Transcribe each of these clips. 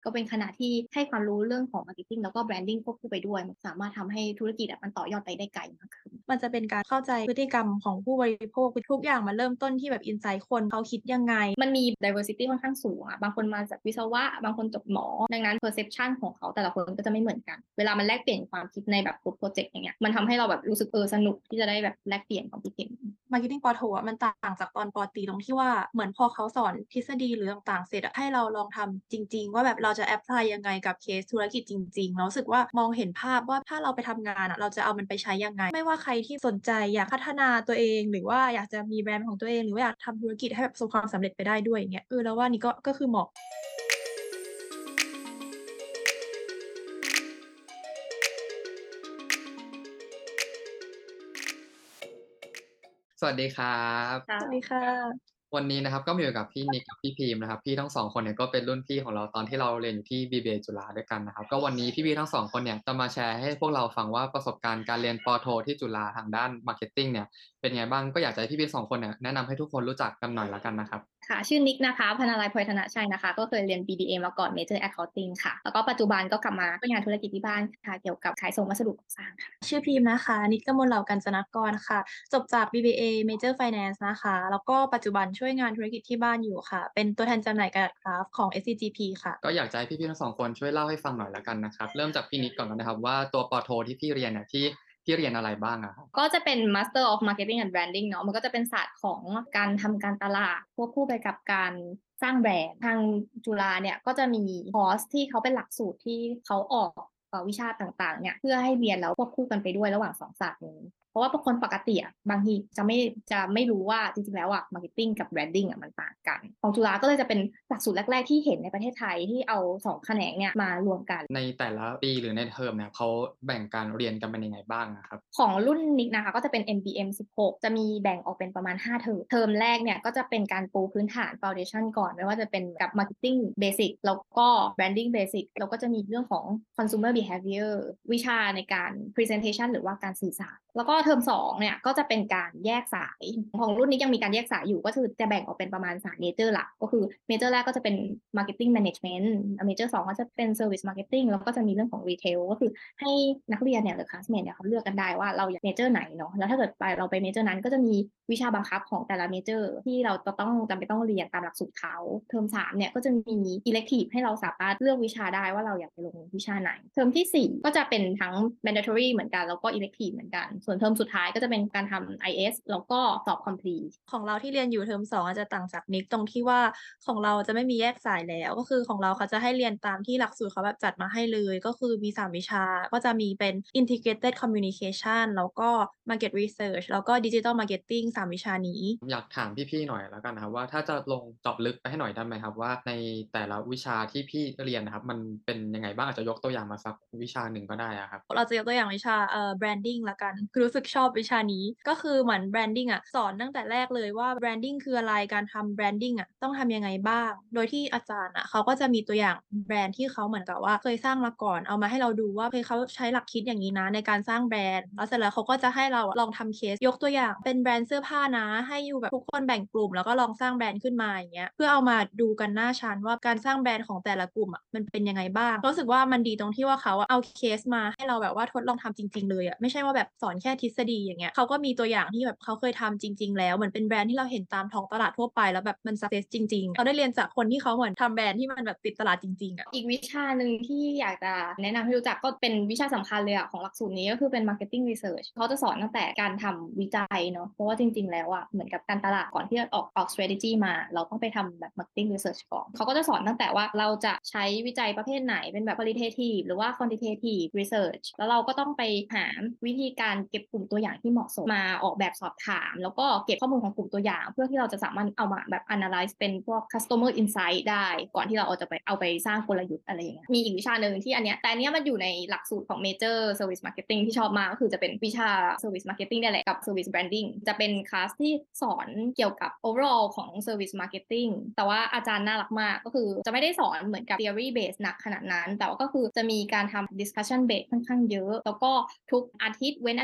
ก็เป็นคณะที่ให้ความรู้เรื่องของ marketing แล้วก็ branding ควบคู่ไปด้วยมันสามารถทำให้ธุรกิจมันต่อยอดไปได้ไกลมากขึ้นมันจะเป็นการเข้าใจพฤติกรรมของผู้บริโภคทุกอย่างมันเริ่มต้นที่แบบ insight คนเขาคิดยังไงมันมี diversity ค่อนข้างสูงบางคนมาจากวิศวะบางคนจบหมอดังนั้น perception ของเขาแต่ละคนก็จะไม่เหมือนกันเวลามันแลกเปลี่ยนความคิดในแบบ group project อย่างเงี้ยมันทำให้เราแบบรู้สึกสนุกที่จะได้แบบแลกเปลี่ยนความคิดเห็น Marketing ปโทมันต่างจากตอนปตรีตรงที่ว่าเหมือนพอเขาสอนทฤษฎีหรือต่างๆเสร็จให้เราลองทำจริงๆว่าแบบเราจะแอพพลายยังไงกับเคสธุรกิจจริงๆแล้วรู้สึกว่ามองเห็นภาพว่าถ้าเราไปทำงานเราจะเอามันไปใช้ยังไงไม่ว่าใครที่สนใจอยากพัฒนาตัวเองหรือว่าอยากจะมีแบรนด์ของตัวเองหรือว่าอยากทำธุรกิจให้แบบประสบความสำเร็จไปได้ด้วยอย่างเงี้ยแล้วว่านี่ก็คือเหมาะสวัสดีครับสวัสดีค่ะวันนี้นะครับก็มาอยู่กับพี่นิกกับพี่พีมนะครับพี่ทั้งสองคนเนี่ยก็เป็นรุ่นพี่ของเราตอนที่เราเรียนอยู่ที่ BBA จุฬาด้วยกันนะครับก็วันนี้พี่ๆทั้งสองคนเนี่ยจะมาแชร์ให้พวกเราฟังว่าประสบการณ์การเรียนปโทที่จุฬาทางด้าน Marketing เนี่ยเป็นไงบ้างก็อยากจะให้พี่ๆสองคนเนี่ยแนะนำให้ทุกคนรู้จักกันหน่อยละกันนะครับค่ะชื่อนิกนะคะพนาลัยพลอยธนชัยนะคะก็เคยเรียน BBA มาก่อน Major Accounting ค่ะแล้วก็ปัจจุบันก็กลับมาช่วยงานธุรกิจที่บ้านค่ะเกี่ยวกับขายส่งวัสดุก่อสร้างค่ะชื่อพิมพ์นะคะนิตกมลเหล่ากาญจนกรค่ะจบจาก BBA Major Finance นะคะแล้วก็ปัจจุบันช่วยงานธุรกิจที่บ้านอยู่ค่ะเป็นตัวแทนจำหน่ายกระดาษกราฟของ SCGP ค่ะก็อยากจะให้พี่ๆทั้งสองคนช่วยเล่าให้ฟังหน่อยละกันนะครับเริ่มจากพี่นิกก่อนนะครับว่าตัวปโทที่พี่เรียนเนี่ยที่พี่เรียนอะไรบ้างอะครับก็จะเป็น Master of Marketing and Branding เนาะมันก็จะเป็นศาสตร์ของการทำการตลาดควบคู่ไปกับการสร้างแบรนด์ทางจุฬาเนี่ยก็จะมีคอร์สที่เขาเป็นหลักสูตรที่เขาออกวิชาต่างๆเนี่ยเพื่อให้เรียนแล้วควบคู่กันไปด้วยระหว่างสองศาสตร์นี้เพราะว่าคนปกติบางทีจะไม่รู้ว่าจริงๆแล้วมาร์เก็ตติ้งกับแบรนดิ้งมันต่างกันของจุฬาก็เลยจะเป็นหลักสูตรแรกๆที่เห็นในประเทศไทยที่เอาสองแขนงเนี่ยมารวมกันในแต่ละปีหรือในเทอมเนี่ยเขาแบ่งการเรียนกันเป็นยังไงบ้างอะครับของรุ่นนิกนะคะก็จะเป็น MBM 16จะมีแบ่งออกเป็นประมาณ5เทอมเทอมแรกเนี่ยก็จะเป็นการปูพื้นฐาน Foundation ก่อนไม่ว่าจะเป็นกับ Marketing Basic แล้วก็ Branding Basic แล้วก็จะมีเรื่องของ Consumer Behavior วิชาในการ Presentation หรือว่าการสื่อสารแล้วก็เทอม2เนี่ยก็จะเป็นการแยกสายของรุ่นนี้ยังมีการแยกสายอยู่ก็คือจะแบ่งออกเป็นประมาณ3เมเจอร์หลักก็คือเมเจอร์แรกก็จะเป็น Marketing Management เมเจอร์2ก็จะเป็น Service Marketing แล้วก็จะมีเรื่องของ Retail ก็คือให้นักเรียนเนี่ยหรือคลาสเมทเนี่ยเขาเลือกกันได้ว่าเราอยากเมเจอร์ไหนเนาะแล้วถ้าเกิดเราไปเมเจอร์นั้นก็จะมีวิชาบังคับของแต่ละเมเจอร์ที่เราจะต้องจำเป็นต้องเรียนตามหลักสูตรเขาเทอม3เนี่ยก็จะมี elective ให้เราสามารถเลือกวิชาได้ว่าเราอยากไปลงวิชาไหนเทอมที่4ก็จะเป็นทั้ง mandatory เหมือนกันแล้วก็ elective เหมือนกันส่วนเทอมสุดท้ายก็จะเป็นการทำ IS แล้วก็สอบ complete ของเราที่เรียนอยู่เทอม2อาจจะต่างจากนิกตรงที่ว่าของเราจะไม่มีแยกสายแล้วก็คือของเราเขาจะให้เรียนตามที่หลักสูตรเขาแบบจัดมาให้เลยก็คือมี3วิชาก็จะมีเป็น Integrated Communication แล้วก็ Market Research แล้วก็ Digital Marketing 3วิชานี้อยากถามพี่ๆหน่อยแล้วกันนะครับว่าถ้าจะลงเจาะลึกไปให้หน่อยได้ไหมครับว่าในแต่ละวิชาที่พี่เรียนนะครับมันเป็นยังไงบ้างอาจจะยกตัวอย่างมาสักวิชาหนึ่งก็ได้อะครับเราจะยกตัวอย่างวิชาbranding ละกันคือรู้สึกชอบวิชานี้ก็คือเหมือน branding สอนตั้งแต่แรกเลยว่า branding คืออะไรการทำ branding ต้องทำยังไงบ้างโดยที่อาจารย์เขาก็จะมีตัวอย่างแบรนด์ที่เขาเหมือนกับว่าเคยสร้างมาก่อนเอามาให้เราดูว่าเคยเขาใช้หลักคิดอย่างนี้นะในการสร้างแบรนด์แล้วเสร็จแล้วเขาก็จะให้เราลองทำเคสยกตัวอย่างเป็นแบรนด์เสื้อผ้านะให้อยู่แบบทุกคนแบ่งกลุ่มแล้วก็ลองสร้างแบรนด์ขึ้นมาอย่างเงี้ยเพื่อเอามาดูกันหน้าชั้นว่าการสร้างแบรนด์ของแต่ละกลุ่มมันเป็นยังไงบ้างรู้สึกว่ามันดีตรงที่ว่าเขาเอาเคสมาให้เราแบบว่าทดลองทำจริงๆเลยไม่ใช่ว่าแบบสอนแค่ทฤษฎีอย่างเงี้ยเขาก็มีตัวอย่างที่แบบเขาเคยทำจริงๆแล้วเหมือนเป็นแบรนด์ที่เราเห็นตามท้องตลาดทั่วไปแล้วแบบมันสักเซสจริงๆเราได้เรียนจากคนที่เขาเหมือนทำแบรนด์ที่มันแบบติดตลาดจริงๆอีกวิชาหนึ่งที่อยากจะแนะนำให้รู้จักก็เป็นวิชาสำคัญเลยของหลักสูตรนี้ก็คือเป็น marketing research เขาจะสอนตั้งแต่การทำวิจัยเนาะเพราะว่าจริงๆแล้วเหมือนกับการตลาดก่อนที่จะออก strategy มาเราต้องไปทำแบบ marketing research ก่อนเขาก็จะสอนตั้งแต่ว่าเราจะใช้วิจัยประเภทไหนเป็นแบบ qualitative หรือว่า quantitative research แล้วเราก็ต้องไปหาวิธีการเก็บกลุ่มตัวอย่างที่เหมาะสมมาออกแบบสอบถามแล้วก็เก็บข้อมูลของกลุ่มตัวอย่างเพื่อที่เราจะสามารถเอามาแบบ analyze เป็นพวก customer insight ได้ก่อนที่เราจะไปเอาไปสร้างกลยุทธ์อะไรอย่างเงี้ยมีอีกวิชาหนึ่งที่อันเนี้ยแต่อันเนี้ยมันอยู่ในหลักสูตรของ major service marketing ที่ชอบมากก็คือจะเป็นวิชา service marketing เนี่ยแหละกับ service branding จะเป็นคลาสที่สอนเกี่ยวกับ overall ของ service marketing แต่ว่าอาจารย์น่ารักมากก็คือจะไม่ได้สอนเหมือนกับ theory base หนักขนาดนั้นแต่ว่าก็คือจะมีการทำ discussion base ค่อนข้างเยอะแล้วก็ทุกอาทิตย์เว้นอาทิตย์อย่างเงี้ย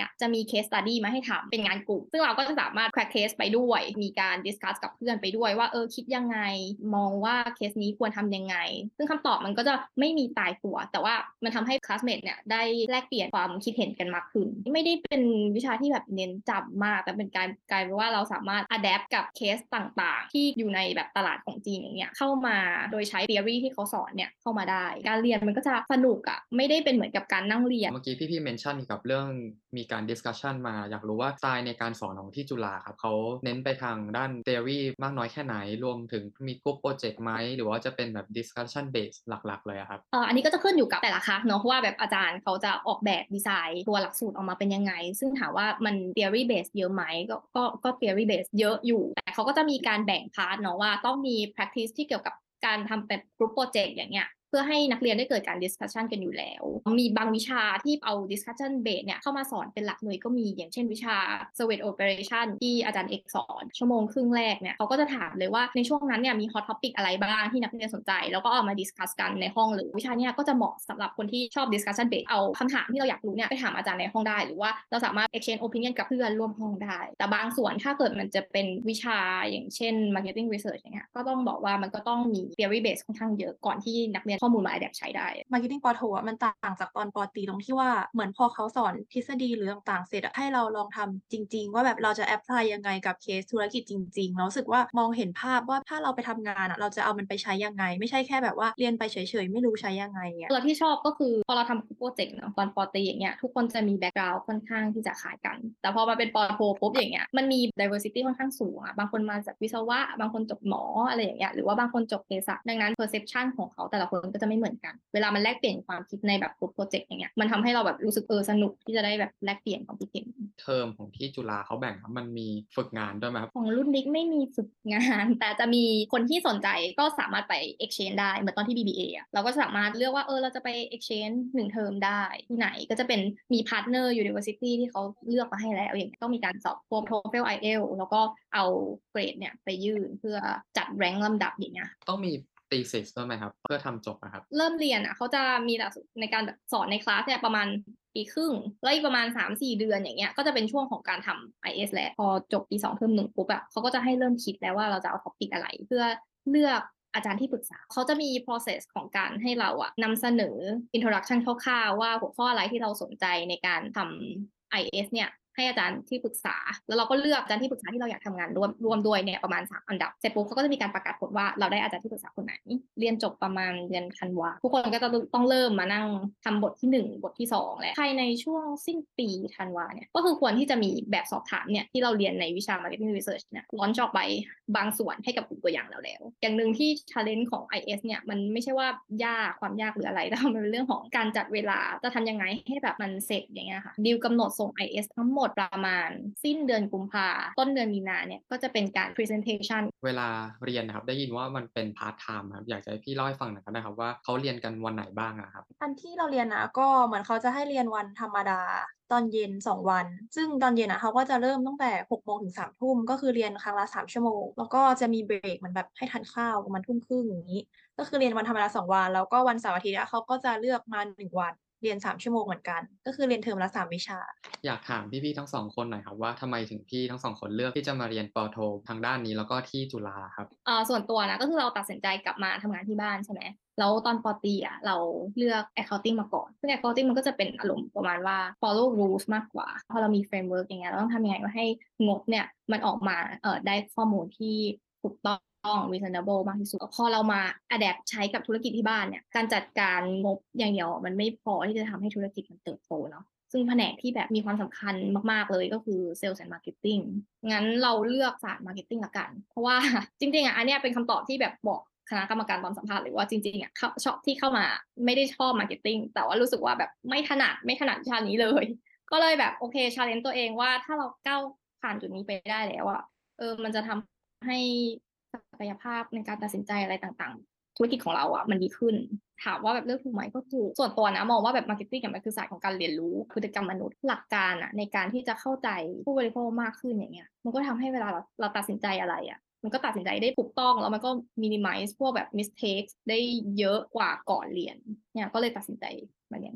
เนี่ยจะมี case study มาให้ทำเป็นงานกลุ่มซึ่งเราก็จะสามารถ crack case ไปด้วยมีการ discuss กับเพื่อนไปด้วยว่าคิดยังไงมองว่าเคสนี้ควรทำยังไงซึ่งคำตอบมันก็จะไม่มีตายตัวแต่ว่ามันทำให้ classmate เนี่ยได้แลกเปลี่ยนความคิดเห็นกันมากขึ้นไม่ได้เป็นวิชาที่แบบเน้นจำมากแต่เป็นการกลายเป็นว่าเราสามารถ adapt กับเคสต่างๆที่อยู่ในแบบตลาดของจีนอย่างเงี้ยเข้ามาโดยใช้ theory ที่เขาสอนเนี่ยเข้ามาได้การเรียนมันก็จะสนุกอะไม่ได้เป็นเหมือนกับการนั่งเรียนเมื่อกี้พี่เมนชั่นเกี่ยวกับเรื่องมีการ discussion มาอยากรู้ว่าสไตล์ในการสอนของที่จุฬาครับเขาเน้นไปทางด้าน theory มากน้อยแค่ไหนรวมถึงมี group project ไหมหรือว่าจะเป็นแบบ discussion base หลักๆเลยอะครับอันนี้ก็จะขึ้นอยู่กับแต่ละคลาสเนาะว่าแบบอาจารย์เขาจะออกแบบดีไซน์ตัวหลักสูตรออกมาเป็นยังไงซึ่งถามว่ามัน theory base เยอะไหมก็ theory base เยอะอยู่แต่เขาก็จะมีการแบ่งพาร์ทเนาะว่าต้องมี practice ที่เกี่ยวกับการทำเป็น group project อย่างเงี้ยเพื่อให้นักเรียนได้เกิดการ discussion กันอยู่แล้วมีบางวิชาที่เอา discussion base เนี่ยเข้ามาสอนเป็นหลักเลยก็มีอย่างเช่นวิชา survey operation ที่อาจารย์เอกสอนชั่วโมงครึ่งแรกเนี่ยเขาก็จะถามเลยว่าในช่วงนั้นเนี่ยมี hot topic อะไรบ้างที่นักเรียนสนใจแล้วก็เอามา discuss กันในห้องหรือวิชาเนี้ยก็จะเหมาะสำหรับคนที่ชอบ discussion base เอาคำถามที่เราอยากรู้เนี่ยไปถามอาจารย์ในห้องได้หรือว่าเราสามารถ exchange opinion กับเพื่อนร่วมห้องได้แต่บางส่วนถ้าเกิดมันจะเป็นวิชาอย่างเช่น marketing research อย่างเงี้ยก็ต้องบอกว่ามันก็ต้องมี theory base ค่อนข้างเยอะก่อนที่นักเรียนข้อมูลมา adapt ใช้ได้ Marketing ปอโทอะมันต่างจากตอนปอตรีตรงที่ว่าเหมือนพอเขาสอนทฤษฎีหรือต่างๆเสร็จอะให้เราลองทำจริงๆว่าแบบเราจะแอพพลายยังไงกับเคสธุรกิจจริงๆเรารู้สึกว่ามองเห็นภาพว่าถ้าเราไปทำงานอะเราจะเอามันไปใช้ยังไงไม่ใช่แค่แบบว่าเรียนไปเฉยๆไม่รู้ใช้ยังไงอะเราที่ชอบก็คือพอเราทำโปรเจกต์เนาะตอนปอตรีอย่างเงี้ยทุกคนจะมีแบ็กกราวด์ค่อนข้างที่จะคล้ายกันแต่พอมาเป็นปอโทปุ๊บอย่างเงี้ยมันมี diversity ค่อนข้างสูงอะบางคนมาจากวิศวะบางคนจบหมออะไรอย่างเงี้ยหรือว่าบางคนจบเภสัชดังนั้น perception ของเขาแต่ละคนก็จะไม่เหมือนกันเวลามันแลกเปลี่ยนความคิดในแบบกลุ่มโปรเจกต์อย่างเงี้ยมันทำให้เราแบบรู้สึกสนุกที่จะได้แบบแลกเปลี่ยนความคิดเห็นเทอมของที่จุฬาเขาแบ่งครับมันมีฝึกงานด้วยไหมครับของรุ่นนิกไม่มีฝึกงาน แต่จะมีคนที่สนใจก็สามารถไป exchange ได้เหมือนตอนที่ BBA อ่ะเราก็สามารถเลือกว่าเราจะไป exchange 1 เทอมได้ที่ไหนก็จะเป็นมีพาร์ทเนอร์ university ที่เขาเลือกมาให้แล้วอย่างต้องมีการสอบพวก TOEFL IELTS แล้วก็เอาเกรดเนี่ยไปยื่นเพื่อจัดแรงลำดับอย่างเงี้ยต้องมี thesis ด้วยไหมครับเพื่อทำจบนะครับเริ่มเรียนอ่ะเขาจะมีหลักสูตรในการแบบสอนในคลาสเนี่ยประมาณปีครึ่งแล้วอีกประมาณ 3-4 เดือนอย่างเงี้ยก็จะเป็นช่วงของการทำ IS แล้วพอจบปี2เทอม1ปุ๊บอะเขาก็จะให้เริ่มคิดแล้วว่าเราจะเอาท็อปิกอะไรเพื่อเลือกอาจารย์ที่ปรึกษาเขาจะมี process ของการให้เราอะนำเสนอ introduction คร่าวๆว่าหัวข้ออะไรที่เราสนใจในการทำ IS เนี่ยให้อาจารย์ที่ปรึกษาแล้วเราก็เลือกอาจารย์ที่ปรึกษาที่เราอยากทำงานร่วมด้วยเนี่ยประมาณ3 อันดับเสร็จปุ๊บเขาก็จะมีการประกาศผลว่าเราได้อาจารย์ที่ปรึกษาคนไหนเรียนจบประมาณเดือนธันวาทุกคนก็จะต้องเริ่มมานั่งทำบทที่1บทที่2และภายในช่วงสิ้นปีธันวาเนี่ยก็คือควรที่จะมีแบบสอบถามเนี่ยที่เราเรียนในวิชา Marketing Research เนี่ยลอนช์ออกไปบางส่วนให้กับกลุ่มตัวอย่างแล้วอย่างหนึ่งที่ challenge ของ IS เนี่ยมันไม่ใช่ว่ายากความยากหรืออะไรแต่มันเป็นเรื่องของการจัดเวลาจะทำยังไงให้แบบมันเสร็จอย่างเงี้ยค่ะดีลกำหนดส่ง IS ทั้งหมดประมาณสิ้นเดือนกุมภาต้นเดือนมีนาเนี่ยก็จะเป็นการ presentation เวลาเรียนนะครับได้ยินว่ามันเป็นพาร์ทไทม์ครับอยากจะให้พี่เล่าให้ฟังหน่อยก็ได้ครับว่าเขาเรียนกันวันไหนบ้างอะครับอันที่เราเรียนนะก็เหมือนเขาจะให้เรียนวันธรรมดาตอนเย็น2 วันซึ่งตอนเย็นเขาก็จะเริ่มตั้งแต่6 โมงถึง3 ทุ่มก็คือเรียนครั้งละ3 ชั่วโมงแล้วก็จะมีเบรกเหมือนแบบให้ทานข้าวประมาณทุ่มครึ่งอย่างนี้ก็คือเรียนวันธรรมดา2 วันแล้วก็วันเสาร์อาทิตย์เขาก็จะเลือกมา1 วันเรียน3 ชั่วโมงเหมือนกันก็คือเรียนเทอมละ3 วิชาอยากถามพี่ๆทั้งสองคนหน่อยครับว่าทำไมถึงพี่ทั้งสองคนเลือกที่จะมาเรียนปอโททางด้านนี้แล้วก็ที่จุฬาครับส่วนตัวนะก็คือเราตัดสินใจกลับมาทำงานที่บ้านใช่ไหมแล้วตอนปอตรีเราเลือก accounting มาก่อนซึ่ง accounting มันก็จะเป็นอารมณ์ประมาณว่า follow rules มากกว่าพอเรามี framework อย่างเงี้ยเราต้องทำยังไงว่าให้งบเนี่ยมันออกมาได้ข้อมูลที่ถูกต้องreasonable มากที่สุดพอเรามา adapt ใช้กับธุรกิจที่บ้านเนี่ยการจัดการงบอย่างเดียวมันไม่พอที่จะทำให้ธุรกิจมันเติบโตเนาะซึ่งแผนกที่แบบมีความสำคัญมากๆเลยก็คือ Sales and Marketing งั้นเราเลือกศาสตร์ Marketing ละกันเพราะว่าจริงๆอันเนี้ยเป็นคำตอบที่แบบบอกคณะกรรมการตอนสัมภาษณ์เลยว่าจริงๆชอบที่เข้ามาไม่ได้ชอบ Marketing แต่ว่ารู้สึกว่าแบบไม่ถนัดวิชานี้เลยก็เลยแบบโอเค challenge ตัวเองว่าถ้าเราก้าวผ่านจุดนี้ไปได้แล้วมันจะทำให้ศักยภาพในการตัดสินใจอะไรต่างๆธุรกิจของเรามันดีขึ้นถามว่าแบบเลือกถูกไหมก็ถูกส่วนตัวนะมองว่าแบบมาร์เก็ตติ้งมันคือศาสตร์ของการเรียนรู้พฤติกรรมมนุษย์หลักการในการที่จะเข้าใจผู้บริโภคมากขึ้นอย่างเงี้ยมันก็ทำให้เวลาเราตัดสินใจอะไรมันก็ตัดสินใจได้ถูกต้องแล้วมันก็ minimize พวกแบบ mistakes ได้เยอะกว่าก่อนเรียนเนี่ยก็เลยตัดสินใจมาเรียน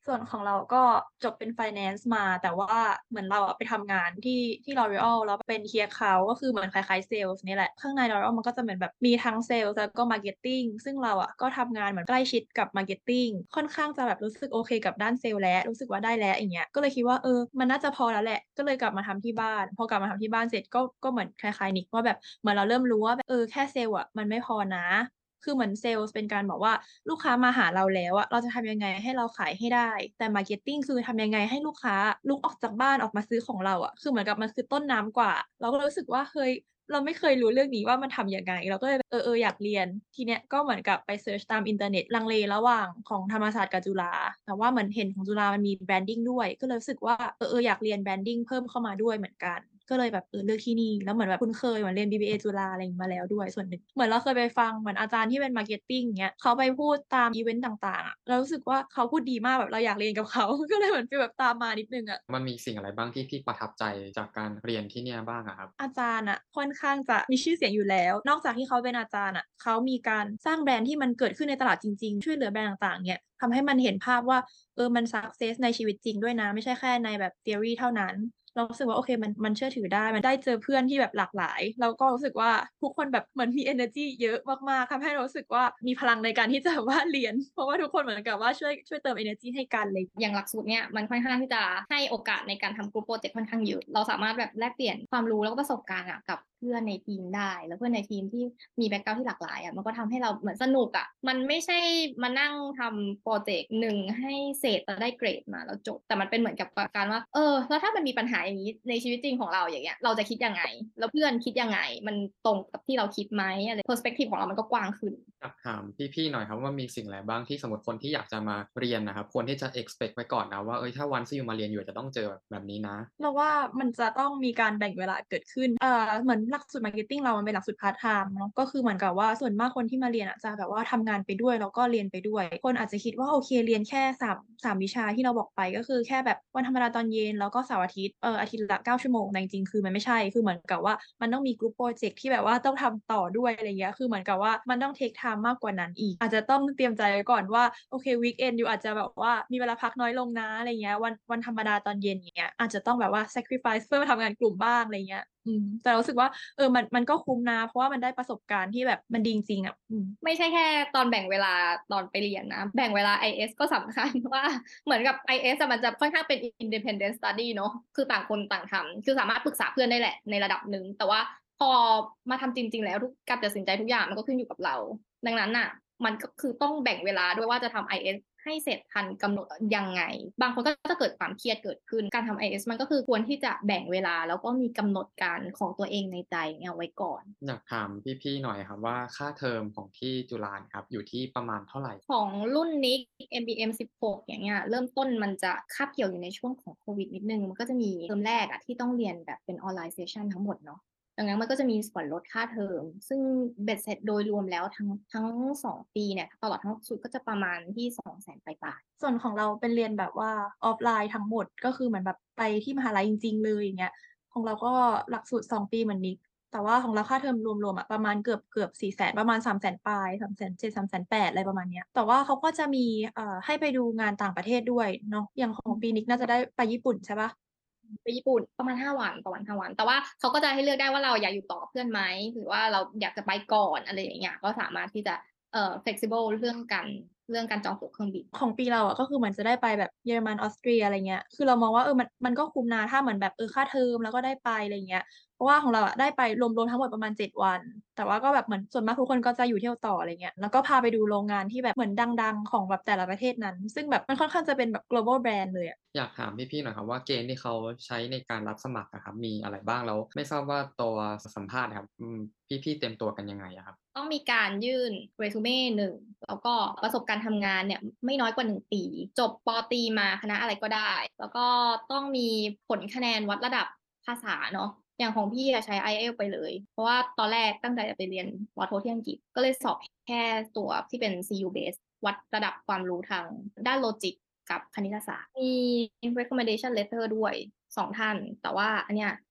ส่วนของเราก็จบเป็น Finance มาแต่ว่าเหมือนเราอะไปทำงานที่ L'Oreal แล้วเป็น Key Account ก็คือเหมือนคล้ายๆเซลส์นี่แหละข้างใน L'Oreal มันก็จะเหมือนแบบมีทั้งเซลส์แล้วก็ Marketing ซึ่งเราอะก็ทำงานเหมือนใกล้ชิดกับ Marketing ค่อนข้างจะแบบรู้สึกโอเคกับด้านเซลส์แล้วรู้สึกว่าได้แล้วอย่างเงี้ยก็เลยคิดว่ามันน่าจะพอแล้วแหละก็เลยกลับมาทำที่บ้านพอกลับมาทำที่บ้านเสร็จก็เหมือนคล้ายๆนิกว่าแบบเหมือนเราเริ่มรู้ว่าแบบแค่เซลล์อะมันไม่พอนะ คือเหมือนเซลส์เป็นการบอกว่าลูกค้ามาหาเราแล้วอะเราจะทำยังไงให้เราขายให้ได้แต่มาร์เก็ตติ้งคือทำยังไงให้ลูกค้าลุกออกจากบ้านออกมาซื้อของเราอะคือเหมือนกับมันคือต้นน้ำกว่าเราก็รู้สึกว่าเฮ้ยเราไม่เคยรู้เรื่องนี้ว่ามันทำยังไงเราก็เลยอยากเรียนทีเนี้ยก็เหมือนกับไปเซิร์ชตามอินเทอร์เน็ตลังเลระหว่างของธรรมศาสตร์กับจุฬาแต่ว่าเหมือนเห็นของจุฬามันมีแบรนดิ้งด้วยก็เลยรู้สึกว่าอยากเรียนแบรนดิ้งเพิ่มเข้ามาด้วยเหมือนกันก็เลยแบบเลือกที่นี่แล้วเหมือนแบบคุ้นเคยเหมือนเรียน BBA จุฬาอะไรอย่างนี้มาแล้วด้วยส่วนหนึ่งเหมือนเราเคยไปฟังเหมือนอาจารย์ที่เป็นมาร์เก็ตติ้งเงี้ยเขาไปพูดตามอีเวนต์ต่างๆอะเรารู้สึกว่าเขาพูดดีมากแบบเราอยากเรียนกับเขา ก็เลยเหมือนฟีลแบบตามมานิดนึงอะมันมีสิ่งอะไรบ้างที่พี่ประทับใจจากการเรียนที่เนี่ยบ้างอะครับอาจารย์อะค่อนข้างจะมีชื่อเสียงอยู่แล้ว นอกจากที่เขาเป็นอาจารย์อะเขามีการสร้างแบรนด์ที่มันเกิดขึ้นในตลาดจริงๆช่วยเหลือแบรนด์ต่างๆเนี่ยทำให้มันเห็นภาพว่ามัน success ในชีวิตจริงด้วยนะไม่ใช่แค่ในแบบ theory เท่านั้นเรารู้สึกว่าโอเคมันเชื่อถือได้มันได้เจอเพื่อนที่แบบหลากหลายแล้วก็รู้สึกว่าทุกคนแบบเหมือนมี energy เยอะมากๆทำให้เรารู้สึกว่ามีพลังในการที่จะว่าเรียนเพราะว่าทุกคนเหมือนกับว่าช่วยเติม energy ให้กันเลยอย่างหลักสูตรเนี่ยมันค่อนข้างที่จะให้โอกาสในการทำกลุ่มโปรเจกต์ค่อนข้างเยอะเราสามารถแบบแลกเปลี่ยนความรู้แล้วก็ประสบการณ์อะกับเพื่อนในทีมได้แล้วเพื่อนในทีมที่มีแบ็คกราวด์ที่หลากหลายอะมันก็ทำให้เราเหมือนสนุกอะมันไม่ใช่มานั่งทำโปรเจกต์หนึ่งให้เสร็จแล้วได้เกรดมาแล้วจบแต่มันเป็นเหมือนกับการว่าแล้วถ้ามันมีปัญหาอย่างนี้ในชีวิตจริงของเราอย่างเงี้ยเราจะคิดยังไงแล้วเพื่อนคิดยังไงมันตรงกับที่เราคิดไหมอะไรเพอร์สเปกทีฟของเรามันก็กว้างขึ้นอยากถามพี่ๆหน่อยครับว่ามีสิ่งอะไรบ้างที่สมมติคนที่อยากจะมาเรียนนะครับควรที่จะ expect ไว้ก่อนนะว่าถ้าวันที่อยู่มาเรียนอยู่จะต้องเจอแบบนี้นะเราว่ามันจะต้องมีการแบ่งเวลาเกิดขึ้นเหมือนหลักสูตรมาร์เก็ตติ้งเรามันเป็นหลักสูตรพาร์ทไทม์เนาะก็คือเหมือนกับว่าส่วนมากคนที่มาเรียนอะจะแบบว่าทำงานไปด้วยแล้วก็เรียนไปด้วยคนอาจจะคิดว่าโอเคเรียนแค่สามวิชาที่เราบอกไปก็คือแค่แบบวันธรรมดาตอนเย็นแล้วก็เสาร์อาทิตย์อาทิตย์ละ9 ชั่วโมงแต่จริงๆคือมันไม่ใช่คือเหมือนกับว่ามันต้องมีกรุ๊ปโปรเจกต์ที่แบบว่าต้องทำต่อด้วยอะไรเงี้ยคือเหมือนกับว่ามันต้องเทคไทม์มากกว่านั้นอีกอาจจะต้องเตรียมใจไว้ก่อนว่าโอเควีคเอนอยู่อาจจะแบบว่ามีเวลาพักน้อยลงนะอะไรเงี้ยวันธรรมดาตอนเย็นเงี้ยอาจจะต้องแบบว่า sacrifice เพื่อมาทำงานกลุ่มบ้างอะไรเงี้ยแต่รู้สึกว่ามันก็คุ้มนะเพราะว่ามันได้ประสบการณ์ที่แบบมันดีจริงๆอ่ะไม่ใช่แค่ตอนแบ่งเวลาตอนไปเรียนนะแบ่งเวลา IS ก็สำคัญว่าเหมือนกับ IS อะมันจะค่อนข้างเป็น independent study เนอะคือต่างคนต่างทำคือสามารถปรึกษาเพื่อนได้แหละในระดับหนึ่งแต่ว่าพอมาทำจริงๆแล้วทุกการตัดสินใจทุกอย่างมันก็ขึ้นอยู่กับเราดังนั้นน่ะมันก็คือต้องแบ่งเวลาด้วยว่าจะทำ IS ให้เสร็จทันกำหนดยังไงบางคนก็จะเกิดความเครียดเกิดขึ้นการทำ IS มันก็คือควรที่จะแบ่งเวลาแล้วก็มีกำหนดการของตัวเองในใจเอาไว้ก่อนอยากถามพี่ๆหน่อยครับว่าค่าเทอมของที่จุฬาเนี่ยครับอยู่ที่ประมาณเท่าไหร่ของรุ่นนี้ MBM 16อย่างเงี้ยเริ่มต้นมันจะคาบเกี่ยวอยู่ในช่วงของโควิดนิดนึงมันก็จะมีเทอมแรกอะที่ต้องเรียนแบบเป็นออนไลน์เซสชันทั้งหมดเนาะดังนั้นมันก็จะมีส่วนลดค่าเทอมซึ่งเบ็ดเสร็จโดยรวมแล้วทั้ง2 ปีเนี่ยตลอดทั้งสุดก็จะประมาณที่200,000ปลายส่วนของเราเป็นเรียนแบบว่าออฟไลน์ทั้งหมดก็คือเหมือนแบบไปที่มหาลัยจริงๆเลยอย่างเงี้ยของเราก็หลักสูตร2 ปีเหมือนนิกแต่ว่าของเราค่าเทอมรวมๆอ่ะประมาณเกือบ400,000ประมาณ300,000ปลาย370,000380,000อะไรประมาณเนี้ยแต่ว่าเขาก็จะมีให้ไปดูงานต่างประเทศด้วยเนาะอย่างของปีนิกน่าจะได้ไปญี่ปุ่นใช่ปะๆไปญี่ปุ่นประมาณ5 วันแต่ว่าเขาก็จะให้เลือกได้ว่าเราอยากอยู่ต่อกับเพื่อนไหมหรือว่าเราอยากจะไปก่อนอะไรอย่างเงี้ยก็สามารถที่จะflexible เรื่องการจองตั๋วเครื่องบินของปีเราอ่ะก็คือเหมือนจะได้ไปแบบเยอรมันออสเตรียอะไรเงี้ยคือเรามองว่ามันก็คุ้มนะถ้าเหมือนแบบค่าเทอมแล้วก็ได้ไปอะไรเงี้ยเพราะว่าของเราอ่ะได้ไปรวมๆทั้งหมดประมาณ7 วันแต่ว่าก็แบบเหมือนส่วนมากทุกคนก็จะอยู่เที่ยวต่ออะไรเงี้ยแล้วก็พาไปดูโรงงานที่แบบเหมือนดังๆของแบบแต่ละประเทศนั้นซึ่งแบบมันค่อนข้างจะเป็นแบบ global brand เลยอ่ะอยากถามพี่ๆหน่อยครับว่าเกณฑ์ที่เขาใช้ในการรับสมัครนะครับมีอะไรบ้างแล้วไม่ทราบว่าตัวสัมภาษณ์นะครับพี่ๆเตรียมตัวกันยังไงอะครับต้องมีการยื่นเรซูเม่หนึ่งแล้วก็ประสบการณ์ทำงานเนี่ยไม่น้อยกว่า1 ปีจบปอตรีมาคณะอะไรก็ได้แล้วก็ต้องมีผลคะแนนวัดระดับภาษาเนาะอย่างของพี่อะใช้ IELTS ไปเลยเพราะว่าตอนแรกตั้งใจจะไปเรียนปอโทที่อังกฤษก็เลยสอบแค่ตัวที่เป็น CU base วัดระดับความรู้ทางด้านโลจิกกับคณิตศาสตร์มี recommendation letter ด้วย2 ท่านแต่ว่าอันเนี้ย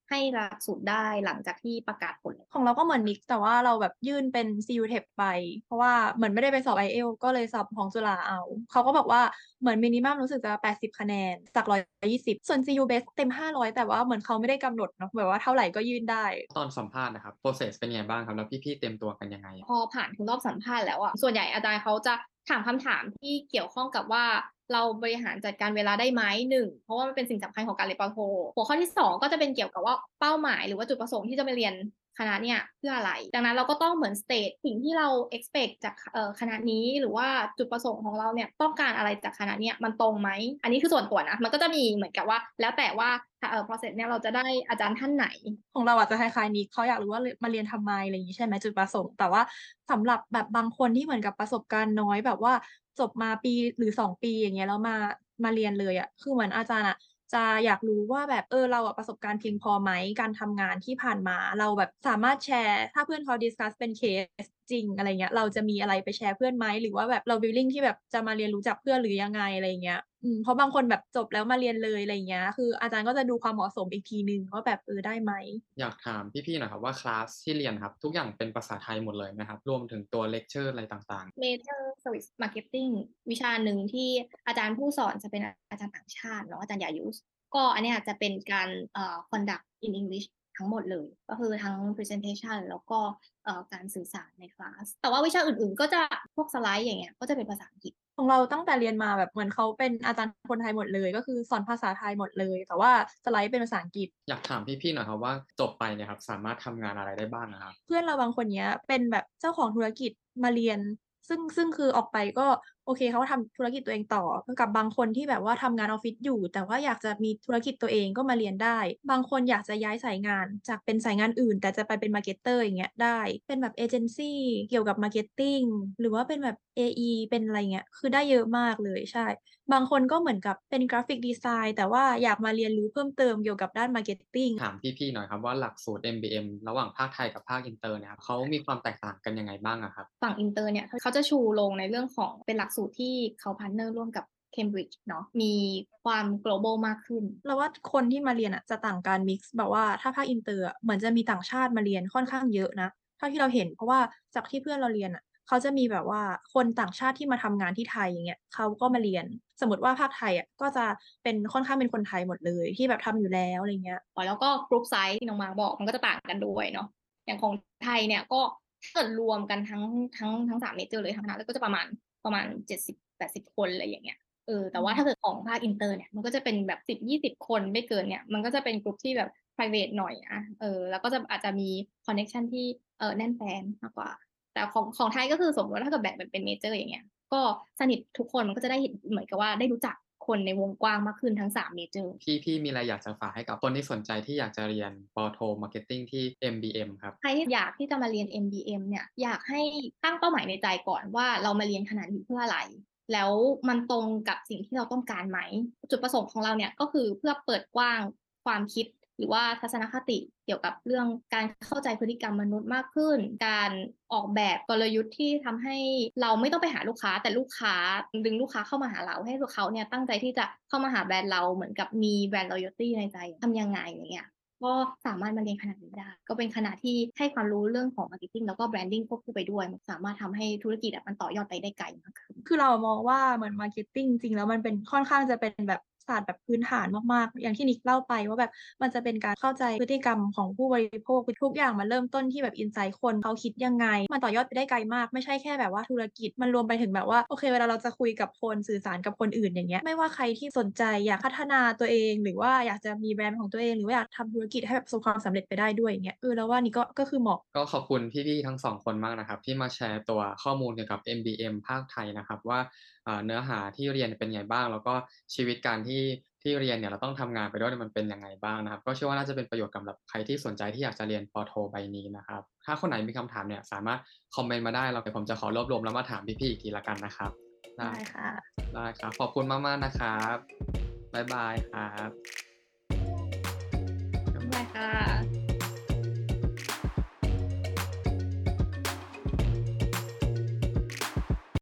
ให้หลักสูตรได้หลังจากที่ประกาศผลของเราก็เหมือนนิกแต่ว่าเราแบบยื่นเป็น CU Tech ไป เพราะว่าเหมือนไม่ได้ไปสอบ IELTS ก็เลยสอบของจุฬาเอาเขาก็บอกว่าเหมือนมินิมัมรู้สึกจะ80 คะแนนจาก120ส่วน CU Base เต็ม500แต่ว่าเหมือนเขาไม่ได้กำหนดเนาะแบบว่าเท่าไหร่ก็ยื่นได้ตอนสัมภาษณ์นะครับ process เป็นไงบ้างครับแล้วพี่ๆเตรียมตัวกันยังไงพอผ่านถึงรอบสัมภาษณ์แล้วอ่ะส่วนใหญ่อาจารย์เขาจะถามคำถามที่เกี่ยวข้องกับว่าเราบริหารจัดการเวลาได้ไหม1เพราะว่ามันเป็นสิ่งสำคัญของการเรียนปโทหัวข้อที่2ก็จะเป็นเกี่ยวกับว่าเป้าหมายหรือว่าจุดประสงค์ที่จะไปเรียนคณะเนี่ยเพื่ออะไรดังนั้นเราก็ต้องเหมือน state สิ่งที่เรา expect จากคณะนี้หรือว่าจุดประสงค์ของเราเนี่ยต้องการอะไรจากคณะเนี่ยมันตรงไหมอันนี้คือส่วนตัวนะมันก็จะมีเหมือนกับว่าแล้วแต่ว่าprocess เนี่ยเราจะได้อาจารย์ท่านไหนของเราอาจจะคล้ายๆนิกเขาอยากรู้ว่ามาเรียนทำไมอะไรอย่างนี้ใช่ไหมจุดประสงค์แต่ว่าสำหรับแบบบางคนที่เหมือนกับประสบการณ์น้อยแบบว่าจบมาปีหรือ2 ปีอย่างเงี้ยแล้วมาเรียนเลยอ่ะคือเหมือนอาจารย์อ่ะจะอยากรู้ว่าแบบเราอ่ะประสบการณ์เพียงพอไหมการทำงานที่ผ่านมาเราแบบสามารถแชร์ถ้าเพื่อนเขาดิสคัสเป็นเคสจริงอะไรเงี้ยเราจะมีอะไรไปแชร์เพื่อนไหมหรือว่าแบบเราวิลลิ่งที่แบบจะมาเรียนรู้จักเพื่อนหรือยังไงอะไรเงี้ยเพราะบางคนแบบจบแล้วมาเรียนเลยอะไรเงี้ยคืออาจารย์ก็จะดูความเหมาะสมอีกทีนึงว่าแบบได้ไหมอยากถามพี่ๆหน่อยครับว่าคลาสที่เรียนครับทุกอย่างเป็นภาษาไทยหมดเลยไหมครับรวมถึงตัวเลคเชอร์อะไรต่าง Major Service Marketing วิชาหนึ่งที่อาจารย์ผู้สอนจะเป็นอาจารย์ต่างชาติเนาะอาจารย์ยายุสก็อันเนี้ยจะเป็นการconduct in English ทั้งหมดเลยก็คือทั้ง presentation แล้วก็การสื่อสารในคลาสแต่ว่าวิชาอื่นๆก็จะพวกสไลด์อย่างเงี้ยก็จะเป็นภาษาอังกฤษของเราตั้งแต่เรียนมาแบบเหมือนเขาเป็นอาจารย์คนไทยหมดเลยก็คือสอนภาษาไทยหมดเลยแต่ว่าสไลด์เป็นภาษาอังกฤษๆอยากถามพี่ๆหน่อยครับว่าจบไปเนี่ยครับสามารถทำงานอะไรได้บ้างนะครับเพื่อนเราบางคนเนี้ยเป็นแบบเจ้าของธุรกิจมาเรียนซึ่งคือออกไปก็โอเคเขาทำธุรกิจตัวเองต่อกับบางคนที่แบบว่าทำงานออฟฟิศอยู่แต่ว่าอยากจะมีธุรกิจตัวเองก็มาเรียนได้บางคนอยากจะย้ายสายงานจากเป็นสายงานอื่นแต่จะไปเป็นมาร์เก็ตเตอร์อย่างเงี้ยได้เป็นแบบเอเจนซี่เกี่ยวกับมาร์เก็ตติ้งหรือว่าเป็นแบบ AE เป็นอะไรเงี้ยคือได้เยอะมากเลยใช่ บางคนก็เหมือนกับเป็นกราฟิกดีไซน์แต่ว่าอยากมาเรียนรู้เพิ่มเติมเกี่ยวกับด้านมาร์เก็ตติ้งถามพี่ๆหน่อยครับว่าหลักสูตร MBM ระหว่างภาคไทยกับภาคอินเตอร์เนี่ยครับเขามีความแตกต่างกันยังไงบ้างอะครับฝั่งอินเตอร์เนี่ยเขาจะชูลงในเรื่องของเป็นหลักสูตรที่เขาพาร์ทเนอร์ร่วมกับ Cambridge เนาะมีความ global มากขึ้นเราว่าคนที่มาเรียนอ่ะจะต่างกันมิกซ์แบบว่าถ้าภาคอินเตอร์อะเหมือนจะมีต่างชาติมาเรียนค่อนข้างเยอะนะเท่าที่เราเห็นเพราะว่าจากที่เพื่อนเราเรียนอ่ะเขาจะมีแบบว่าคนต่างชาติที่มาทำงานที่ไทยอย่างเงี้ยเขาก็มาเรียนสมมติว่าภาคไทยอ่ะก็จะเป็นค่อนข้างเป็นคนไทยหมดเลยที่แบบทำอยู่แล้วอะไรเงี้ยแล้วก็กรุ๊ปไซส์ที่น้องมาบอกมันก็จะต่างกันด้วยเนาะอย่างของไทยเนี่ยก็ถ้าเกิดรวมกันทั้ง3เมเจอร์เลยทั้งคณะแล้วก็จะประมาณ70-80 คนอะไรอย่างเงี้ยแต่ว่าถ้าเกิดของภาคอินเตอร์เนี่ยมันก็จะเป็นแบบ10-20 คนไม่เกินเนี่ยมันก็จะเป็นกลุ่มที่แบบ private หน่อยนะแล้วก็จะอาจจะมี connection ที่แน่นแฟนมากกว่าแต่ของไทยก็คือสมมติว่าถ้าเกิดแบ่งเป็นเมเจอร์อย่างเงี้ยก็สนิททุกคนมันก็จะได้เห็นเหมือนกับว่าได้รู้จักคนในวงกว้างมากขึ้นทั้ง3เมเจอร์พี่มีอะไรอยากจะฝากให้กับคนที่สนใจที่อยากจะเรียนปโท Marketing ที่ MBM ครับใครที่อยากที่จะมาเรียน MBM เนี่ยอยากให้ตั้งเป้าหมายในใจก่อนว่าเรามาเรียนขนาดนี้เพื่ออะไร แล้วมันตรงกับสิ่งที่เราต้องการไหม จุดประสงค์ของเราเนี่ยก็คือเพื่อเปิดกว้างความคิดหรือว่าทัศนคติเกี่ยวกับเรื่องการเข้าใจพฤติกรรมมนุษย์มากขึ้น การออกแบบกลยุทธ์ที่ทำให้เราไม่ต้องไปหาลูกค้าแต่ลูกค้าดึงลูกค้าเข้ามาหาเราให้พวกเขาเนี่ยตั้งใจที่จะเข้ามาหาแบรนด์เราเหมือนกับมีแบรนด์ loyalty ในใจทำยังไงอย่างเงี้ย ก็สามารถมาเรียนคณะนี้ได้ ก็เป็นคณะที่ให้ความรู้เรื่องของ marketing แล้วก็ branding ควบคู่ไปด้วย สามารถทำให้ธุรกิจมันต่อยอดไปได้ไกลมากขึ้นคือเรามองว่าเหมือนมาร์เก็ตติ้งจริงแล้วมันเป็นค่อนข้างจะเป็นแบบศาสตร์แบบพื้นฐานมากๆอย่างที่นิกเล่าไปว่าแบบมันจะเป็นการเข้าใจพฤติกรรมของผู้บริโภคทุกอย่างมันเริ่มต้นที่แบบอินไซต์คนเขาคิดยังไงมันต่อยอดไปได้ไกลมากไม่ใช่แค่แบบว่าธุรกิจมันรวมไปถึงแบบว่าโอเคเวลาเราจะคุยกับคนสื่อสารกับคนอื่นอย่างเงี้ยไม่ว่าใครที่สนใจอยากพัฒนาตัวเองหรือว่าอยากจะมีแบรนด์ของตัวเองหรือว่าอยากทำธุรกิจให้แบบประสบความสำเร็จไปได้ด้วยอย่างเงี้ยแล้วว่านี่ก็คือเหมาะก็ขอบคุณพี่ๆทั้งสองคนมากนะครับที่มาแชร์ตัวข้อมูลเกี่ยวกับ MBM ภาคไทยนะครับว่าเนื้อหาที่เรียนเป็นไงบ้างแล้วก็ชีวิตการที่เรียนเนี่ยเราต้องทำงานไปด้วยมันเป็นยังไงบ้างนะครับก็เชื่อว่าน่าจะเป็นประโยชน์สำหรับใครที่สนใจที่อยากจะเรียนปโทใบนี้นะครับถ้าคนไหนมีคำถามเนี่ยสามารถคอมเมนต์มาได้เดี๋ยวผมจะขอรวบรวมแล้วมาถามพี่ๆอีกทีละกันนะครับได้ค่ะได้ครับขอบคุณมากๆนะครับบ๊ายบายครับ